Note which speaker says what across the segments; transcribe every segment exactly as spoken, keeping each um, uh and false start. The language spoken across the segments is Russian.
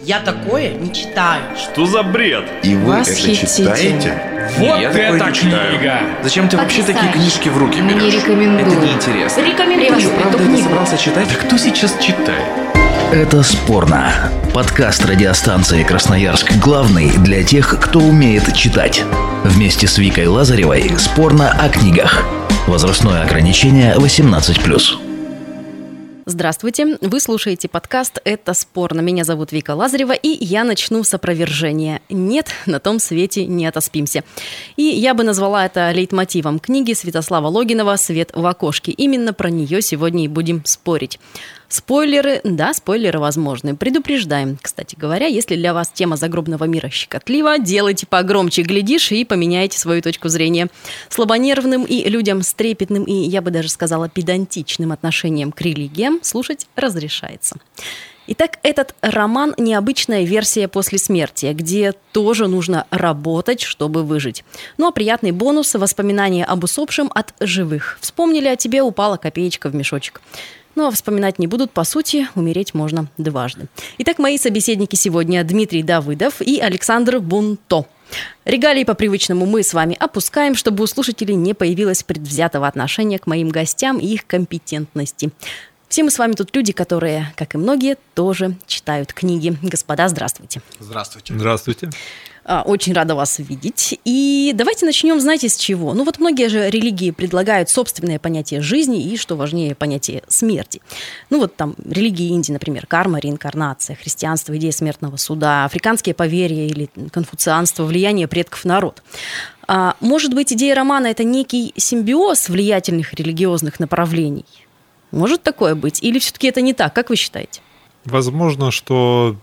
Speaker 1: Я такое не читаю.
Speaker 2: Что за бред?
Speaker 3: И вы это читаете?
Speaker 2: Вот
Speaker 4: Я
Speaker 2: эта
Speaker 4: читаю.
Speaker 2: книга!
Speaker 4: Зачем ты вообще такие книжки в руки берешь?
Speaker 5: Не рекомендую.
Speaker 4: Это неинтересно.
Speaker 5: Рекомендую
Speaker 4: Ты правда
Speaker 5: эту
Speaker 4: это
Speaker 5: книгу.
Speaker 4: собрался читать?
Speaker 2: Да кто сейчас читает?
Speaker 6: Это «Спорно». Подкаст радиостанции «Красноярск» главный для тех, кто умеет читать. Вместе с Викой Лазаревой «Спорно о книгах». Возрастное ограничение восемнадцать плюс.
Speaker 7: Здравствуйте, вы слушаете подкаст «Это спорно». Меня зовут Вика Лазарева, и я начну с опровержения. Нет, на том свете не отоспимся. И я бы назвала это лейтмотивом книги Святослава Логинова «Свет в окошке». Именно про нее сегодня и будем спорить. Спойлеры, да, спойлеры возможны. Предупреждаем. Кстати говоря, если для вас тема загробного мира щекотлива, делайте погромче, глядишь, и поменяйте свою точку зрения. Слабонервным и людям с трепетным и, я бы даже сказала, педантичным отношением к религиям слушать разрешается. Итак, этот роман – необычная версия после смерти, где тоже нужно работать, чтобы выжить. Ну а приятный бонус – воспоминания об усопшем от живых. Вспомнили о тебе, упала копеечка в мешочек. Ну а вспоминать не будут, по сути, умереть можно дважды. Итак, мои собеседники сегодня Дмитрий Давыдов и Александр Бунто. Регалии по привычному мы с вами опускаем, чтобы у слушателей не появилось предвзятого отношения к моим гостям и их компетентности. Все мы с вами тут люди, которые, как и многие, тоже читают книги. Господа, здравствуйте.
Speaker 3: Здравствуйте.
Speaker 2: Здравствуйте.
Speaker 7: Очень рада вас видеть. И давайте начнем, знаете, с чего? Ну вот многие же религии предлагают собственное понятие жизни и, что важнее, понятие смерти. Ну вот там религии Индии, например, карма, реинкарнация, христианство, идея смертного суда, африканские поверья или конфуцианство, влияние предков на род. А может быть, идея романа – это некий симбиоз влиятельных религиозных направлений? Может такое быть? Или все-таки это не так? Как вы считаете?
Speaker 8: Возможно, что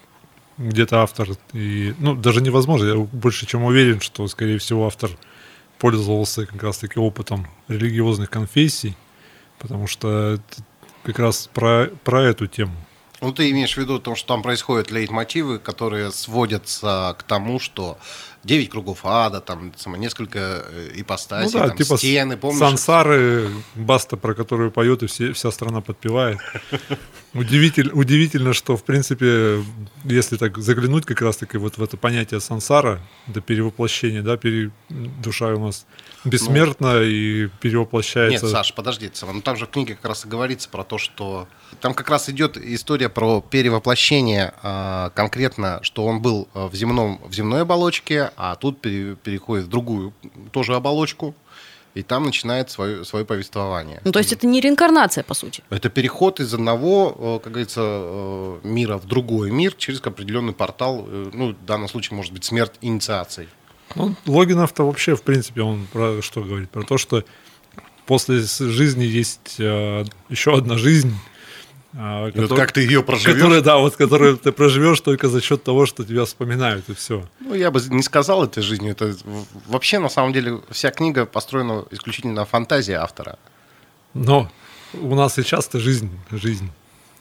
Speaker 8: где-то автор, и, ну, даже невозможно, я больше чем уверен, что, скорее всего, автор пользовался как раз-таки опытом религиозных конфессий, потому что это как раз про, про эту тему.
Speaker 3: Ну, ты имеешь в виду то, что там происходят лейтмотивы, которые сводятся к тому, что девять кругов ада, там несколько ипостасей,
Speaker 8: ну, да,
Speaker 3: там
Speaker 8: типа
Speaker 3: стены, помнишь?
Speaker 8: Сансары, баста, про которую поет, и все, вся страна подпевает. Удивительно, удивительно, что, в принципе, если так заглянуть как раз-таки вот в это понятие сансара, это перевоплощение, да, пере, душа у нас бессмертна ну, и перевоплощается.
Speaker 3: Нет, Саш, подожди, ну, там же в книге как раз и говорится про то, что там как раз идет история про перевоплощение, а, конкретно, что он был в, земном, в земной оболочке, а тут пере, переходит в другую тоже оболочку. И там начинает свое, свое повествование.
Speaker 7: Ну, то есть это не реинкарнация, по сути?
Speaker 3: Это переход из одного, как говорится, мира в другой мир через определенный портал. Ну, в данном случае, может быть, смерть инициацией.
Speaker 8: Ну, Логинов-то вообще, в принципе, он про что говорит? Про то, что после жизни есть э, еще одна жизнь.
Speaker 3: А, который, вот как ты ее проживешь?
Speaker 8: Которая, да, вот, которую ты проживешь только за счет того, что тебя вспоминают, и все.
Speaker 3: Ну, я бы не сказал этой жизнью. Это вообще, на самом деле, вся книга построена исключительно на фантазии автора.
Speaker 8: Но у нас сейчас-то жизнь, жизнь.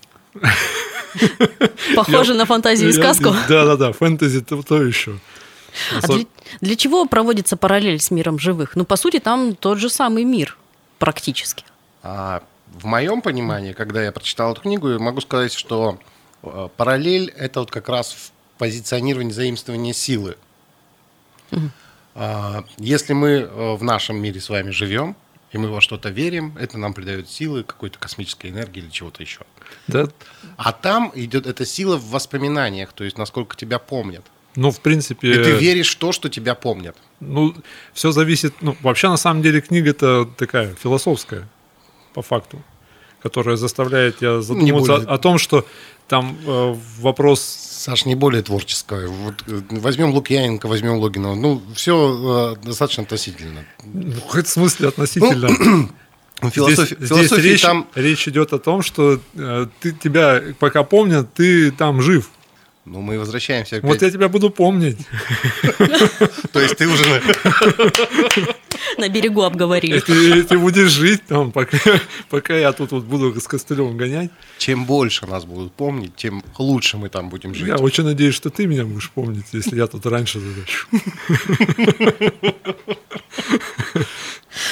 Speaker 7: Похоже на фантазию и сказку.
Speaker 8: Да-да-да, фэнтези то еще.
Speaker 7: А для, для чего проводится параллель с миром живых? Ну, по сути, там тот же самый мир практически.
Speaker 3: А в моем понимании, когда я прочитал эту книгу, я могу сказать, что параллель – это вот как раз в позиционировании заимствования силы. Угу. А, если мы в нашем мире с вами живем, и мы во что-то верим, это нам придает силы, какой-то космической энергии или чего-то еще.
Speaker 8: Да.
Speaker 3: А там идет эта сила в воспоминаниях, то есть насколько тебя помнят.
Speaker 8: Ну, в принципе...
Speaker 3: И ты веришь в то, что тебя помнят.
Speaker 8: Ну, все зависит... Ну, вообще, на самом деле, книга-то такая философская, по факту, которая заставляет тебя задуматься более... о, о том, что там э, вопрос...
Speaker 3: Саш, не более творческое. Вот, возьмем Лукьяненко, возьмем Логинова. Ну, все э, достаточно относительно.
Speaker 8: Ну, в каком смысле относительно?
Speaker 3: Ну, философия,
Speaker 8: здесь
Speaker 3: философия
Speaker 8: здесь речь,
Speaker 3: там...
Speaker 8: речь идет о том, что э, ты, тебя пока помнят, ты там жив.
Speaker 3: Ну, мы возвращаемся опять.
Speaker 8: Вот я тебя буду помнить.
Speaker 3: То есть ты уже...
Speaker 7: На берегу обговорили.
Speaker 8: Ты, ты будешь жить там, пока, пока я тут вот буду с костылем гонять.
Speaker 3: Чем больше нас будут помнить, тем лучше мы там будем жить.
Speaker 8: Я очень надеюсь, что ты меня будешь помнить, если я тут раньше задачу.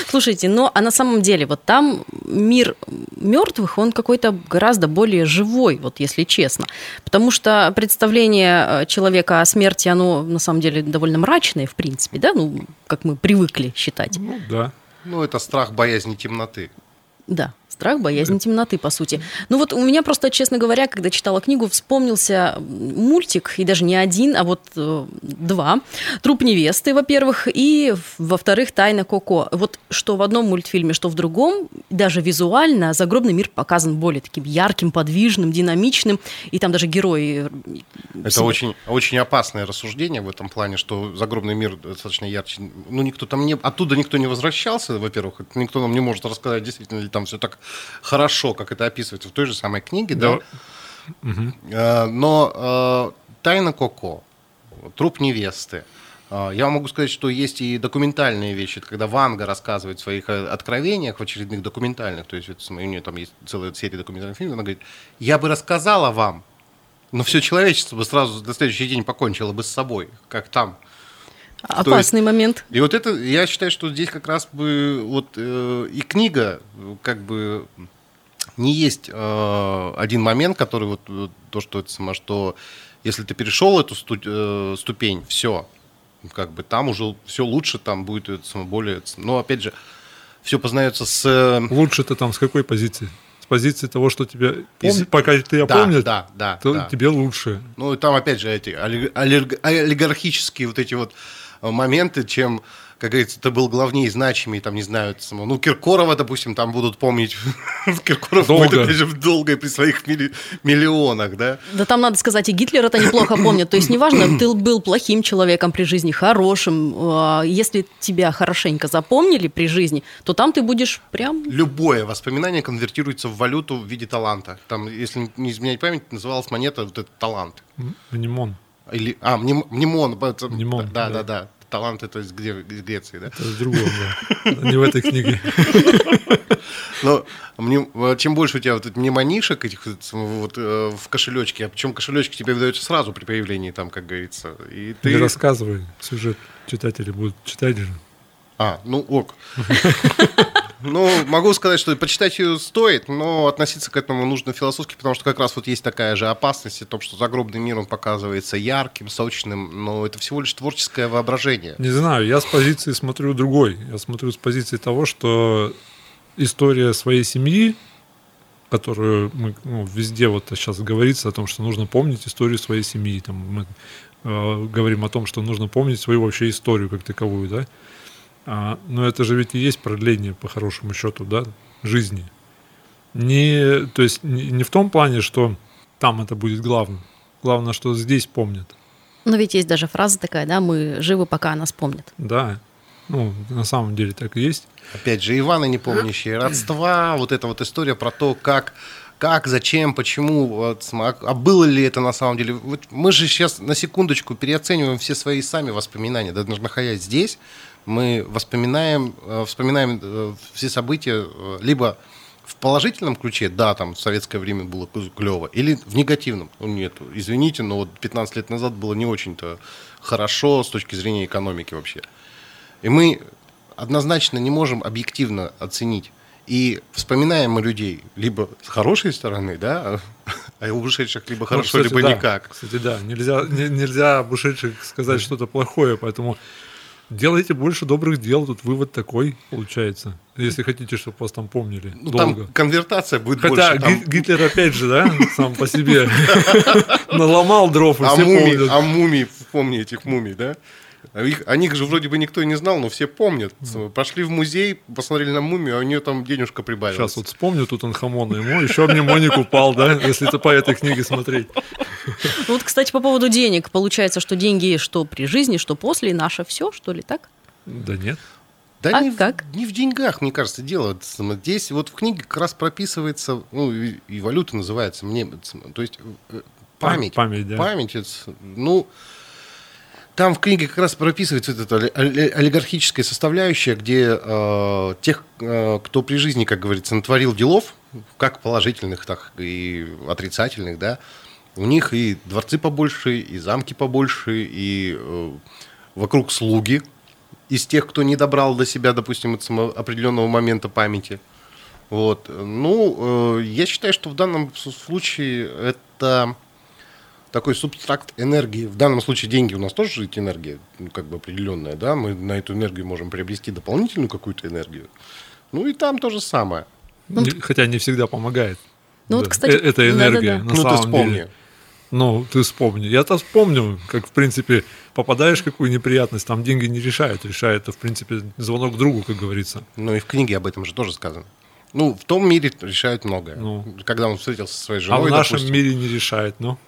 Speaker 7: Слушайте, ну а на самом деле вот там мир мертвых, он какой-то гораздо более живой, вот если честно. Потому что представление человека о смерти, оно на самом деле довольно мрачное, в принципе, да, ну, как мы привыкли считать.
Speaker 8: Ну, да.
Speaker 3: Ну, это страх боязни темноты.
Speaker 7: Да, страх, боязнь темноты, по сути. Ну вот у меня просто, честно говоря, когда читала книгу, вспомнился мультик, и даже не один, а вот э, два. «Труп невесты», во-первых, и, во-вторых, «Тайна Коко». Вот что в одном мультфильме, что в другом, даже визуально загробный мир показан более таким ярким, подвижным, динамичным, и там даже герои...
Speaker 3: Это
Speaker 7: себе...
Speaker 3: очень, очень опасное рассуждение в этом плане, что загробный мир достаточно ярче. Ну, никто там не... Оттуда никто не возвращался, во-первых, никто нам не может рассказать, действительно ли там все так хорошо, как это описывается в той же самой книге, да. да? Угу. Но «Тайна Коко», «Труп невесты», я могу сказать, что есть и документальные вещи, когда Ванга рассказывает в своих откровениях, в очередных документальных, то есть у нее там есть целая серия документальных фильмов, она говорит, я бы рассказала вам, но все человечество бы сразу на следующий день покончило бы с собой, как там.
Speaker 7: Опасный
Speaker 3: есть,
Speaker 7: момент.
Speaker 3: И вот это, я считаю, что здесь как раз бы вот э, и книга, как бы не есть э, один момент, который вот то, что это само, что если ты перешел эту сту, э, ступень, все, как бы там уже все лучше, там будет это само, более, но опять же, все познается с...
Speaker 8: Лучше-то там с какой позиции? С позиции того, что тебе,
Speaker 3: Из...
Speaker 8: пока ты опомнишь,
Speaker 3: да, да, да,
Speaker 8: то
Speaker 3: да.
Speaker 8: тебе лучше.
Speaker 3: Ну и там опять же эти олигархические вот эти вот моменты, чем, как говорится, ты был главнее, значимый, там, не знаю, само, ну, Киркорова, допустим, там будут помнить, Киркоров будет, опять же, долго при своих милли, миллионах, да?
Speaker 7: Да там, надо сказать, и Гитлер это неплохо помнит, то есть неважно, ты был плохим человеком при жизни, хорошим, если тебя хорошенько запомнили при жизни, то там ты будешь прям...
Speaker 3: Любое воспоминание конвертируется в валюту в виде таланта. Там, если не изменять память, называлась монета вот этот талант.
Speaker 8: Мнемон.
Speaker 3: Или, а, мнем, мнемон.
Speaker 8: Мнемон,
Speaker 3: да,
Speaker 8: да.
Speaker 3: да, да. Талант это из, из Греции, да?
Speaker 8: Это в другом, да. Не в этой книге.
Speaker 3: Но мне, чем больше у тебя вот мнемонишек этих вот, в кошелечке, а причем кошелечки тебе выдаются сразу при появлении, там, как говорится. И ты...
Speaker 8: Не рассказывай, сюжет читатели будут читать же.
Speaker 3: А, ну ок. Ну, могу сказать, что почитать ее стоит, но относиться к этому нужно философски, потому что как раз вот есть такая же опасность о том, что загробный мир, он показывается ярким, сочным, но это всего лишь творческое воображение.
Speaker 8: Не знаю, я с позиции смотрю другой. Я смотрю с позиции того, что история своей семьи, которую мы ну, везде вот сейчас говорится о том, что нужно помнить историю своей семьи. Там мы э, говорим о том, что нужно помнить свою вообще историю как таковую, да. А, но это же ведь и есть продление, по хорошему счету, да, жизни. Не, то есть не, не в том плане, что там это будет главным. Главное, что здесь помнят.
Speaker 7: Но ведь есть даже фраза такая, да, мы живы, пока нас помнят.
Speaker 8: Да, ну, на самом деле так и есть.
Speaker 3: Опять же, Иваны не помнящие родства, вот эта вот история про то, как, как зачем, почему, вот, а было ли это на самом деле. Вот мы же сейчас на секундочку переоцениваем все свои сами воспоминания, даже находясь здесь, мы воспоминаем, вспоминаем все события либо в положительном ключе, да, там в советское время было клево, или в негативном. Ну, нет, извините, но вот пятнадцать лет назад было не очень-то хорошо с точки зрения экономики вообще. И мы однозначно не можем объективно оценить. И вспоминаем мы людей либо с хорошей стороны, да, а у ушедших либо хорошо, ну, кстати, либо
Speaker 8: да.
Speaker 3: никак.
Speaker 8: Кстати, да, нельзя, не, нельзя об ушедших сказать что-то плохое, поэтому... Делайте больше добрых дел, тут вывод такой получается. Если хотите, чтобы вас там помнили
Speaker 3: ну,
Speaker 8: долго.
Speaker 3: Там конвертация будет
Speaker 8: Хотя
Speaker 3: больше.
Speaker 8: Хотя
Speaker 3: Там...
Speaker 8: Гитлер опять же, да, сам по себе наломал дров, и
Speaker 3: а
Speaker 8: все
Speaker 3: мумий,
Speaker 8: помнят.
Speaker 3: А мумий, помни этих мумий, да? Их, о них же вроде бы никто и не знал, но все помнят. Mm. Пошли в музей, посмотрели на мумию, а у нее там денежка прибавилась.
Speaker 8: Сейчас вот вспомню Тутанхамона, ему еще мнемоник упал, да, если это по этой книге смотреть.
Speaker 7: Вот, кстати, по поводу денег. Получается, что деньги что при жизни, что после, наше все, что ли, так?
Speaker 8: Да нет.
Speaker 3: Да
Speaker 7: а
Speaker 3: не,
Speaker 7: как?
Speaker 3: В, не в деньгах, мне кажется, дело. Здесь вот в книге как раз прописывается, ну, и, и валюта называется, мне, то есть память.
Speaker 8: Память, да.
Speaker 3: Память, это, ну, там в книге как раз прописывается вот эта олигархическая составляющая, где э, тех, э, кто при жизни, как говорится, натворил делов, как положительных, так и отрицательных, да, у них и дворцы побольше, и замки побольше, и э, вокруг слуги, из тех, кто не добрал до себя, допустим, от само- определенного момента памяти. Вот. Ну, э, я считаю, что в данном случае это такой субстракт энергии. В данном случае деньги у нас тоже же энергия, ну, как бы определенная, да, мы на эту энергию можем приобрести дополнительную какую-то энергию. Ну и там то же самое.
Speaker 8: Не- хотя не всегда помогает.
Speaker 7: Ну, вот,
Speaker 8: Да.
Speaker 7: кстати,
Speaker 8: Э- это энергия,
Speaker 7: да-да-да.
Speaker 8: на
Speaker 3: Ну, ты
Speaker 8: самом
Speaker 3: вспомни.
Speaker 8: деле. Ну, ты вспомни. Я-то вспомню, как, в принципе, попадаешь в какую неприятность, там деньги не решают. Решает это, в принципе, звонок другу, как говорится.
Speaker 3: Ну и в книге об этом же тоже сказано. Ну, в том мире решают многое.
Speaker 8: Ну.
Speaker 3: Когда он встретился со своей
Speaker 8: А
Speaker 3: женой,
Speaker 8: в нашем
Speaker 3: допустим.
Speaker 8: мире не решает, ну.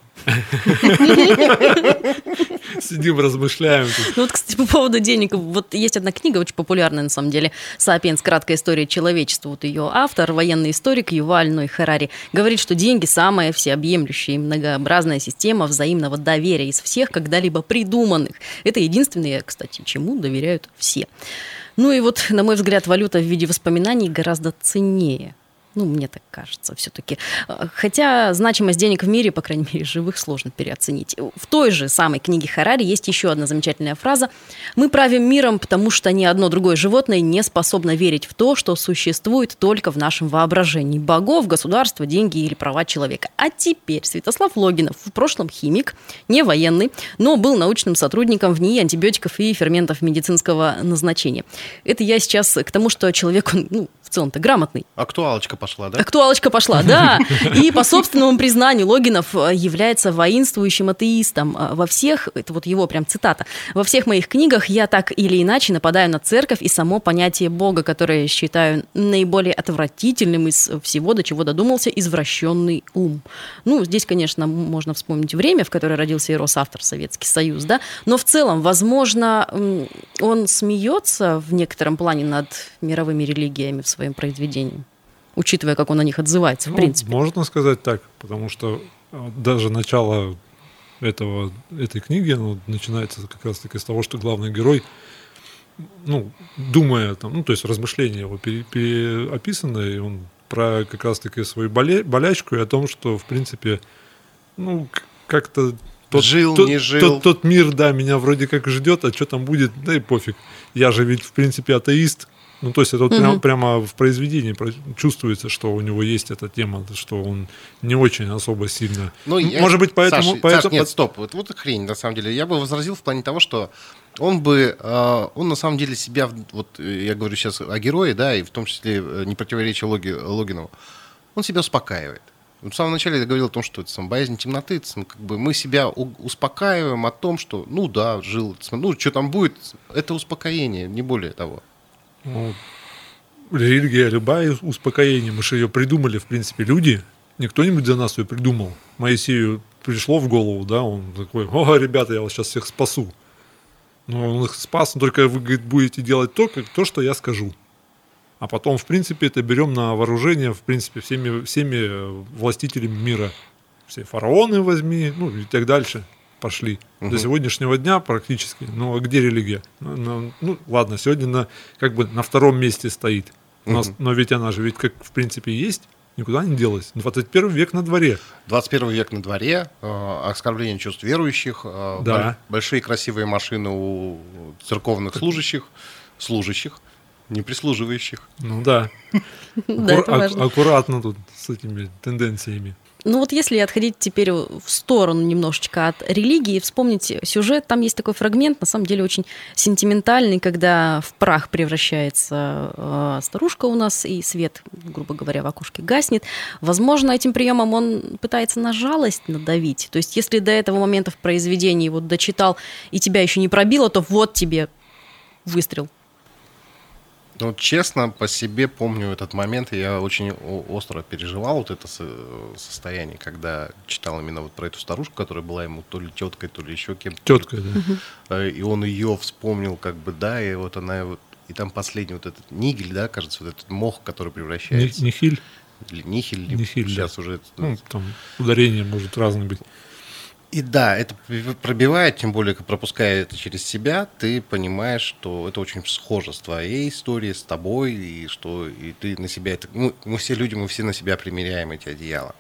Speaker 8: Сидим, размышляем тут.
Speaker 7: Ну вот, кстати, по поводу денег. Вот есть одна книга, очень популярная на самом деле, «Сапиенс. Краткая история человечества». Вот ее автор, военный историк Юваль Ной Харари, говорит, что деньги – самая всеобъемлющая и многообразная система взаимного доверия из всех когда-либо придуманных. Это единственное, кстати, чему доверяют все. Ну и вот, на мой взгляд, валюта в виде воспоминаний гораздо ценнее. Ну, мне так кажется все-таки. Хотя значимость денег в мире, по крайней мере, живых, сложно переоценить. В той же самой книге Харари есть еще одна замечательная фраза. «Мы правим миром, потому что ни одно другое животное не способно верить в то, что существует только в нашем воображении. Богов, государства, деньги или права человека». А теперь Святослав Логинов, в прошлом химик, не военный, но был научным сотрудником в НИИ антибиотиков и ферментов медицинского назначения. Это я сейчас к тому, что человек, он, ну, в целом-то грамотный.
Speaker 3: Актуалочка пошла, да?
Speaker 7: Актуалочка пошла, да. И по собственному признанию Логинов является воинствующим атеистом. Во всех, это вот его прям цитата, во всех моих книгах я так или иначе нападаю на церковь и само понятие Бога, которое я считаю наиболее отвратительным из всего, до чего додумался извращенный ум. Ну, здесь, конечно, можно вспомнить время, в которое родился и рос автор Советский Союз, да, но в целом, возможно, он смеется в некотором плане над мировыми религиями в своем произведении, учитывая, как он о них отзывается, в
Speaker 8: Ну,
Speaker 7: принципе.
Speaker 8: можно сказать так, потому что а, даже начало этого, этой книги оно начинается как раз-таки с того, что главный герой, ну, думая, там, ну, то есть размышления его пере, переописаны, и он про как раз-таки свою боле, болячку и о том, что, в принципе, ну, к- как-то тот,
Speaker 3: Жил,
Speaker 8: тот,
Speaker 3: не жил.
Speaker 8: Тот, тот мир, да, меня вроде как ждет, а что там будет, да и пофиг. Я же ведь, в принципе, атеист. Ну, то есть это вот прям- прямо в произведении про- чувствуется, что у него есть эта тема, что он не очень особо сильно...
Speaker 3: Ну, я-
Speaker 8: Может быть, поэтому...
Speaker 3: Саш,
Speaker 8: поэтому-
Speaker 3: Саш, нет, стоп. Вот, вот хрень, на самом деле. Я бы возразил в плане того, что он бы, э, он на самом деле себя, в- вот э, я говорю сейчас о герое, да, и в том числе э, не противоречия Логи, Логинову, он себя успокаивает. В самом начале я говорил о том, что это сам, боязнь темноты, это, сам, как бы мы себя у- успокаиваем о том, что, ну да, жил, ну что там будет, это успокоение, не более того.
Speaker 8: Ну, религия любая успокоение. Мы же ее придумали, в принципе, люди. Не кто-нибудь за нас ее придумал. Моисею пришло в голову, да, он такой: о, ребята, я вас сейчас всех спасу. Но он их спас, но только вы, говорит, будете делать то, как, то, что я скажу. А потом, в принципе, это берем на вооружение, в принципе, всеми, всеми властителями мира. Все фараоны возьми, ну и так дальше. Пошли.
Speaker 3: Мгм.
Speaker 8: До сегодняшнего дня практически. Ну, а где религия? Ну, ну, ну, ладно, сегодня на, как бы на втором месте стоит. У нас-
Speaker 3: Мгм.
Speaker 8: но ведь она же ведь как в принципе есть, никуда не делась. двадцать первый век на дворе.
Speaker 3: двадцать первый век на дворе, э, оскорбление чувств верующих, э,
Speaker 8: Да.
Speaker 3: боль- большие красивые машины у церковных служащих, служащих, не прислуживающих.
Speaker 8: Ну да.
Speaker 7: Да, это
Speaker 8: Аккура-
Speaker 7: важно.
Speaker 8: аккуратно тут с этими тенденциями.
Speaker 7: Ну вот если отходить теперь в сторону немножечко от религии, вспомнить сюжет, там есть такой фрагмент, на самом деле очень сентиментальный, когда в прах превращается э, старушка у нас, и свет, грубо говоря, в окошке гаснет. Возможно, этим приемом он пытается на жалость надавить. То есть если до этого момента в произведении вот дочитал, и тебя еще не пробило, то вот тебе выстрел.
Speaker 3: Ну, честно, по себе помню этот момент, и я очень о- остро переживал вот это со- состояние, когда читал именно вот про эту старушку, которая была ему то ли теткой, то ли еще кем-то.
Speaker 8: Тетка, да.
Speaker 3: Э, И он ее вспомнил, как бы, да, и вот она вот, и там последний вот этот нигель, да, кажется, вот этот мох, который
Speaker 8: Ни-
Speaker 3: превращается.
Speaker 8: Нихиль.
Speaker 3: Или нихель, или
Speaker 8: Нихиль, да.
Speaker 3: сейчас уже. это-
Speaker 8: Ну, там ударение может разное быть.
Speaker 3: И да, это пробивает, тем более, пропуская это через себя, ты понимаешь, что это очень схоже с твоей историей, с тобой, и что и ты на себя это. Мы, мы все люди, мы все на себя примеряем эти одеяла.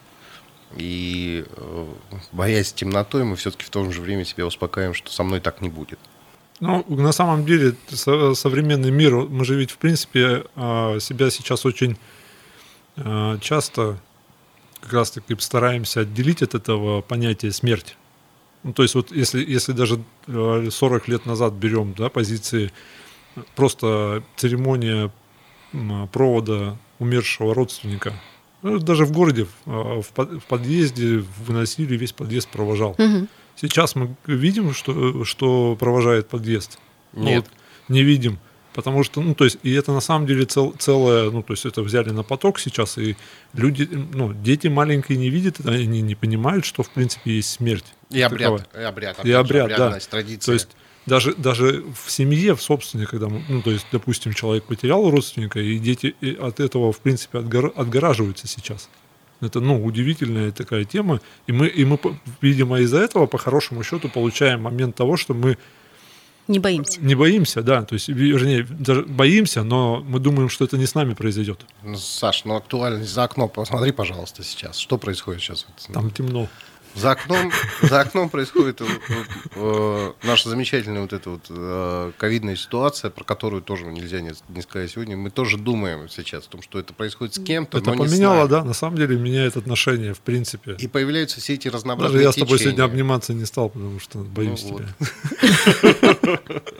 Speaker 3: И э, боясь темнотой, мы все-таки в то же время себя успокаиваем, что со мной так не будет.
Speaker 8: Ну, на самом деле, со- современный мир, мы же ведь, в принципе, а, себя сейчас очень а, часто как раз-таки стараемся отделить от этого понятия смерть. Ну, то есть вот если, если даже э, сорок лет назад берем, да, позиции, просто церемония м, провода умершего родственника, ну, даже в городе, в, в под- в подъезде выносили, весь подъезд провожал.
Speaker 7: Мгм.
Speaker 8: Сейчас мы видим, что, что провожает подъезд. Ну,
Speaker 3: Нет.
Speaker 8: вот не видим. Потому что, ну, то есть, и это на самом деле цел, целое, ну, то есть, это взяли на поток сейчас, и люди, ну, дети маленькие не видят, они не понимают, что, в принципе, есть смерть.
Speaker 3: И обряд.
Speaker 8: Какова.
Speaker 3: И обряд.
Speaker 8: И
Speaker 3: опять же,
Speaker 8: обряд, да.
Speaker 3: обрядность, традиция.
Speaker 8: То есть, даже, даже в семье, в собственной, когда, мы- ну, то есть, допустим, человек потерял родственника, и дети и от этого, в принципе, отгора- отгораживаются сейчас. Это, ну, удивительная такая тема, и мы, и мы, по- видимо, из-за этого, по хорошему счету, получаем момент того, что мы
Speaker 7: Не боимся.
Speaker 8: не боимся, да, то есть, вернее, даже боимся, но мы думаем, что это не с нами произойдет.
Speaker 3: Ну, Саш, ну актуальность за окном, посмотри, пожалуйста, сейчас. Что происходит сейчас?
Speaker 8: Там темно.
Speaker 3: За окном, за окном происходит э, э, наша замечательная вот эта вот э, ковидная ситуация, про которую тоже нельзя не, не сказать сегодня. Мы тоже думаем сейчас о том, что это происходит с кем-то,
Speaker 8: Это
Speaker 3: но не с
Speaker 8: поменяло,
Speaker 3: нами.
Speaker 8: да, на самом деле меняет отношения, в принципе.
Speaker 3: И появляются все эти разнообразные
Speaker 8: Даже я с тобой
Speaker 3: течения.
Speaker 8: сегодня обниматься не стал, потому что боюсь
Speaker 3: Ну вот.
Speaker 8: тебя.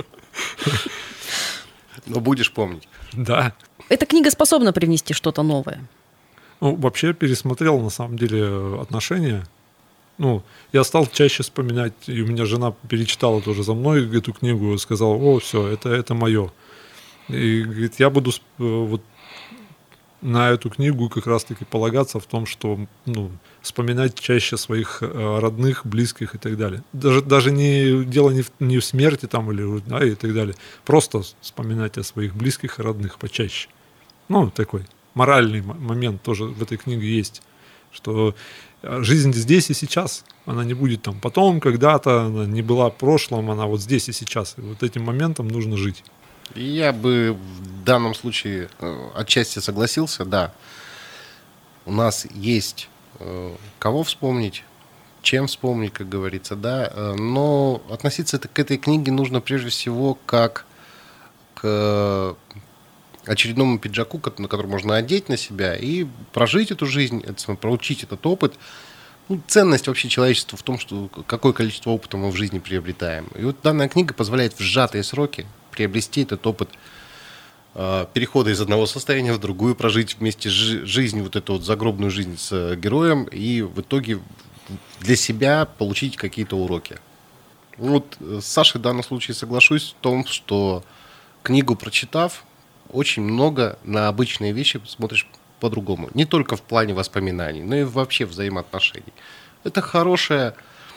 Speaker 3: Но будешь помнить.
Speaker 8: Да.
Speaker 7: Эта книга способна привнести что-то новое.
Speaker 8: Ну, вообще я пересмотрел, на самом деле, отношения. Ну, я стал чаще вспоминать, и у меня жена перечитала тоже за мной эту книгу, сказала, о, все, это, это мое. И говорит, я буду сп- э, вот на эту книгу как раз-таки полагаться в том, что, ну, вспоминать чаще своих э, родных, близких и так далее. Даже, даже не, дело не в, не в смерти там или да, и так далее. Просто вспоминать о своих близких и родных почаще. Ну, такой моральный м- момент тоже в этой книге есть, что э, жизнь здесь и сейчас, она не будет там потом, когда-то, она не была в прошлом, она вот здесь и сейчас. И вот этим моментом нужно жить.
Speaker 3: И я бы в данном случае э, отчасти согласился, да. У нас есть э, кого вспомнить, чем вспомнить, как говорится, да. э, Но относиться это- к этой книге нужно прежде всего как к очередному пиджаку, ко- на который можно одеть на себя и прожить эту жизнь, это самое, проучить этот опыт. Ну, ценность вообще человечества в том, что какое количество опыта мы в жизни приобретаем. И вот данная книга позволяет в сжатые сроки приобрести этот опыт э, перехода из одного состояния в другую, прожить вместе жи- жизнь, вот эту вот загробную жизнь с э, героем, и в итоге для себя получить какие-то уроки. Вот э, с Сашей в данном случае соглашусь в том, что книгу прочитав, очень много на обычные вещи смотришь по-другому. Не только в плане воспоминаний, но и вообще взаимоотношений. Это хорошая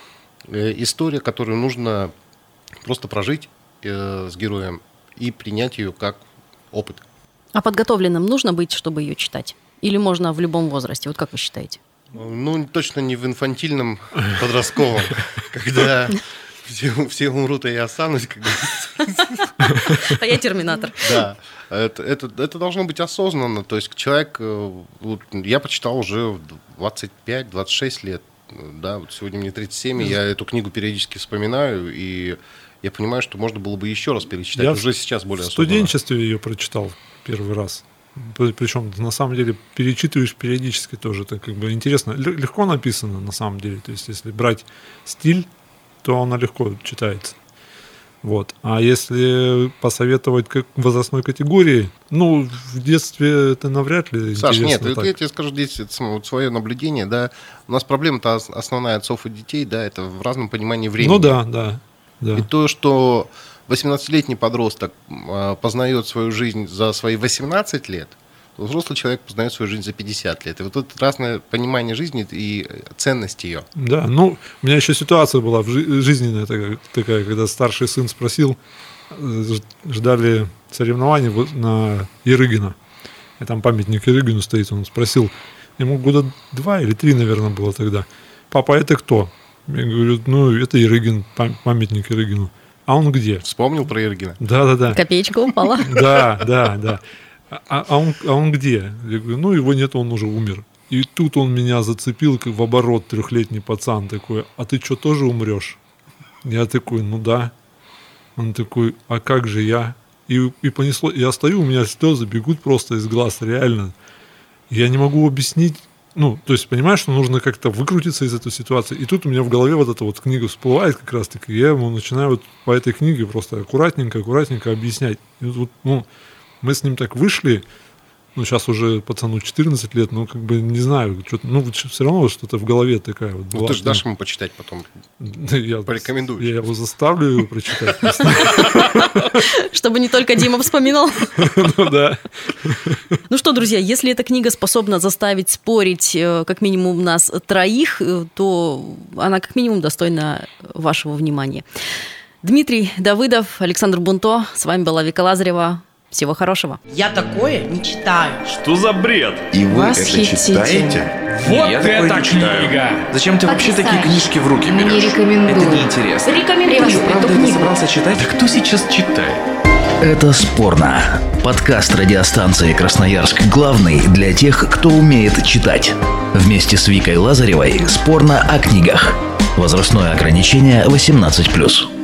Speaker 3: э, история, которую нужно просто прожить э, с героем и принять ее как опыт.
Speaker 7: А подготовленным нужно быть, чтобы ее читать? Или можно в любом возрасте? Вот как вы считаете?
Speaker 3: Ну, точно не в инфантильном подростковом, когда все, все умрут, а я останусь. Как говорится.
Speaker 7: А я терминатор.
Speaker 3: Да, это, это, это должно быть осознанно. То есть человек, э, вот, я почитал уже в двадцать пять - двадцать шесть лет. Да, вот сегодня мне тридцать семь, и я эту книгу периодически вспоминаю, и я понимаю, что можно было бы еще раз перечитать,
Speaker 8: Я
Speaker 3: уже сейчас более
Speaker 8: В
Speaker 3: осознанно.
Speaker 8: студенчестве ее прочитал первый раз. Причем, на самом деле, перечитываешь периодически тоже. Это как бы интересно. Л- Легко написано, на самом деле. То есть, если брать стиль, то она легко читается. Вот. А если посоветовать как возрастной категории, ну, в детстве это навряд ли
Speaker 3: Саш, нет,
Speaker 8: интересно
Speaker 3: это
Speaker 8: так.
Speaker 3: я тебе скажу здесь это само- вот свое наблюдение, да. У нас проблема-то ос- основная отцов и детей, да, это в разном понимании времени.
Speaker 8: Ну да, да. да.
Speaker 3: И то, что восемнадцатилетний подросток а, познает свою жизнь за свои восемнадцать лет, то взрослый человек познает свою жизнь за пятьдесят лет. И вот это разное понимание жизни и ценность ее.
Speaker 8: Да, ну, у меня еще ситуация была в жи- жизненная такая, такая, когда старший сын спросил, э, ж- ждали соревнований вот на Ярыгина, и там памятник Ярыгину стоит, он спросил, ему года два или три, наверное, было тогда, папа, это кто? Я говорю, ну, это Ярыгин, пам- памятник Ярыгину. А он где?
Speaker 3: Вспомнил про Иргина?
Speaker 8: Да-да-да.
Speaker 7: Копеечка упала.
Speaker 8: Да, да, да. А, а, он, а он где? Я говорю, ну его нет, он уже умер. И тут он меня зацепил, как в оборот, трехлетний пацан такой, а ты что, тоже умрешь? Я такой, ну да. Он такой, а как же я? И, и понесло, я стою, у меня слезы бегут просто из глаз, реально. Я не могу объяснить, ну, то есть, понимаешь, что нужно как-то выкрутиться из этой ситуации. И тут у меня в голове вот эта вот книга всплывает как раз-таки, и я ему начинаю вот по этой книге просто аккуратненько, аккуратненько объяснять. И вот, ну, мы с ним так вышли, ну, сейчас уже пацану четырнадцать лет, ну, как бы, не знаю, что-то, ну, все равно что-то в голове такая вот была.
Speaker 3: Ну, ты же дашь ему почитать потом,
Speaker 8: я,
Speaker 3: порекомендуешь.
Speaker 8: Я его заставлю его прочитать.
Speaker 7: Чтобы не только Дима вспоминал.
Speaker 8: Ну, да.
Speaker 7: Ну что, друзья, если эта книга способна заставить спорить как минимум нас троих, то она как минимум достойна вашего внимания. Дмитрий Давыдов, Александр Бунто, с вами была Вика Лазарева. Всего хорошего.
Speaker 1: Я такое не читаю.
Speaker 2: Что за бред?
Speaker 4: И вы это
Speaker 5: Восхитительно.
Speaker 4: читаете?
Speaker 2: Вот
Speaker 4: Я такое
Speaker 2: это
Speaker 4: не читаю.
Speaker 2: книга!
Speaker 4: Зачем ты вообще такие
Speaker 5: Потрясающе.
Speaker 4: книжки в руки
Speaker 5: Не
Speaker 4: берешь?
Speaker 5: рекомендую.
Speaker 4: Это неинтересно.
Speaker 5: Рекомендую
Speaker 4: Ты правда
Speaker 5: эту
Speaker 4: это
Speaker 5: книгу.
Speaker 4: собрался читать?
Speaker 2: Да кто сейчас читает?
Speaker 6: Это «Спорно». Подкаст радиостанции «Красноярск. Главный» для тех, кто умеет читать. Вместе с Викой Лазаревой «Спорно о книгах». Возрастное ограничение восемнадцать плюс.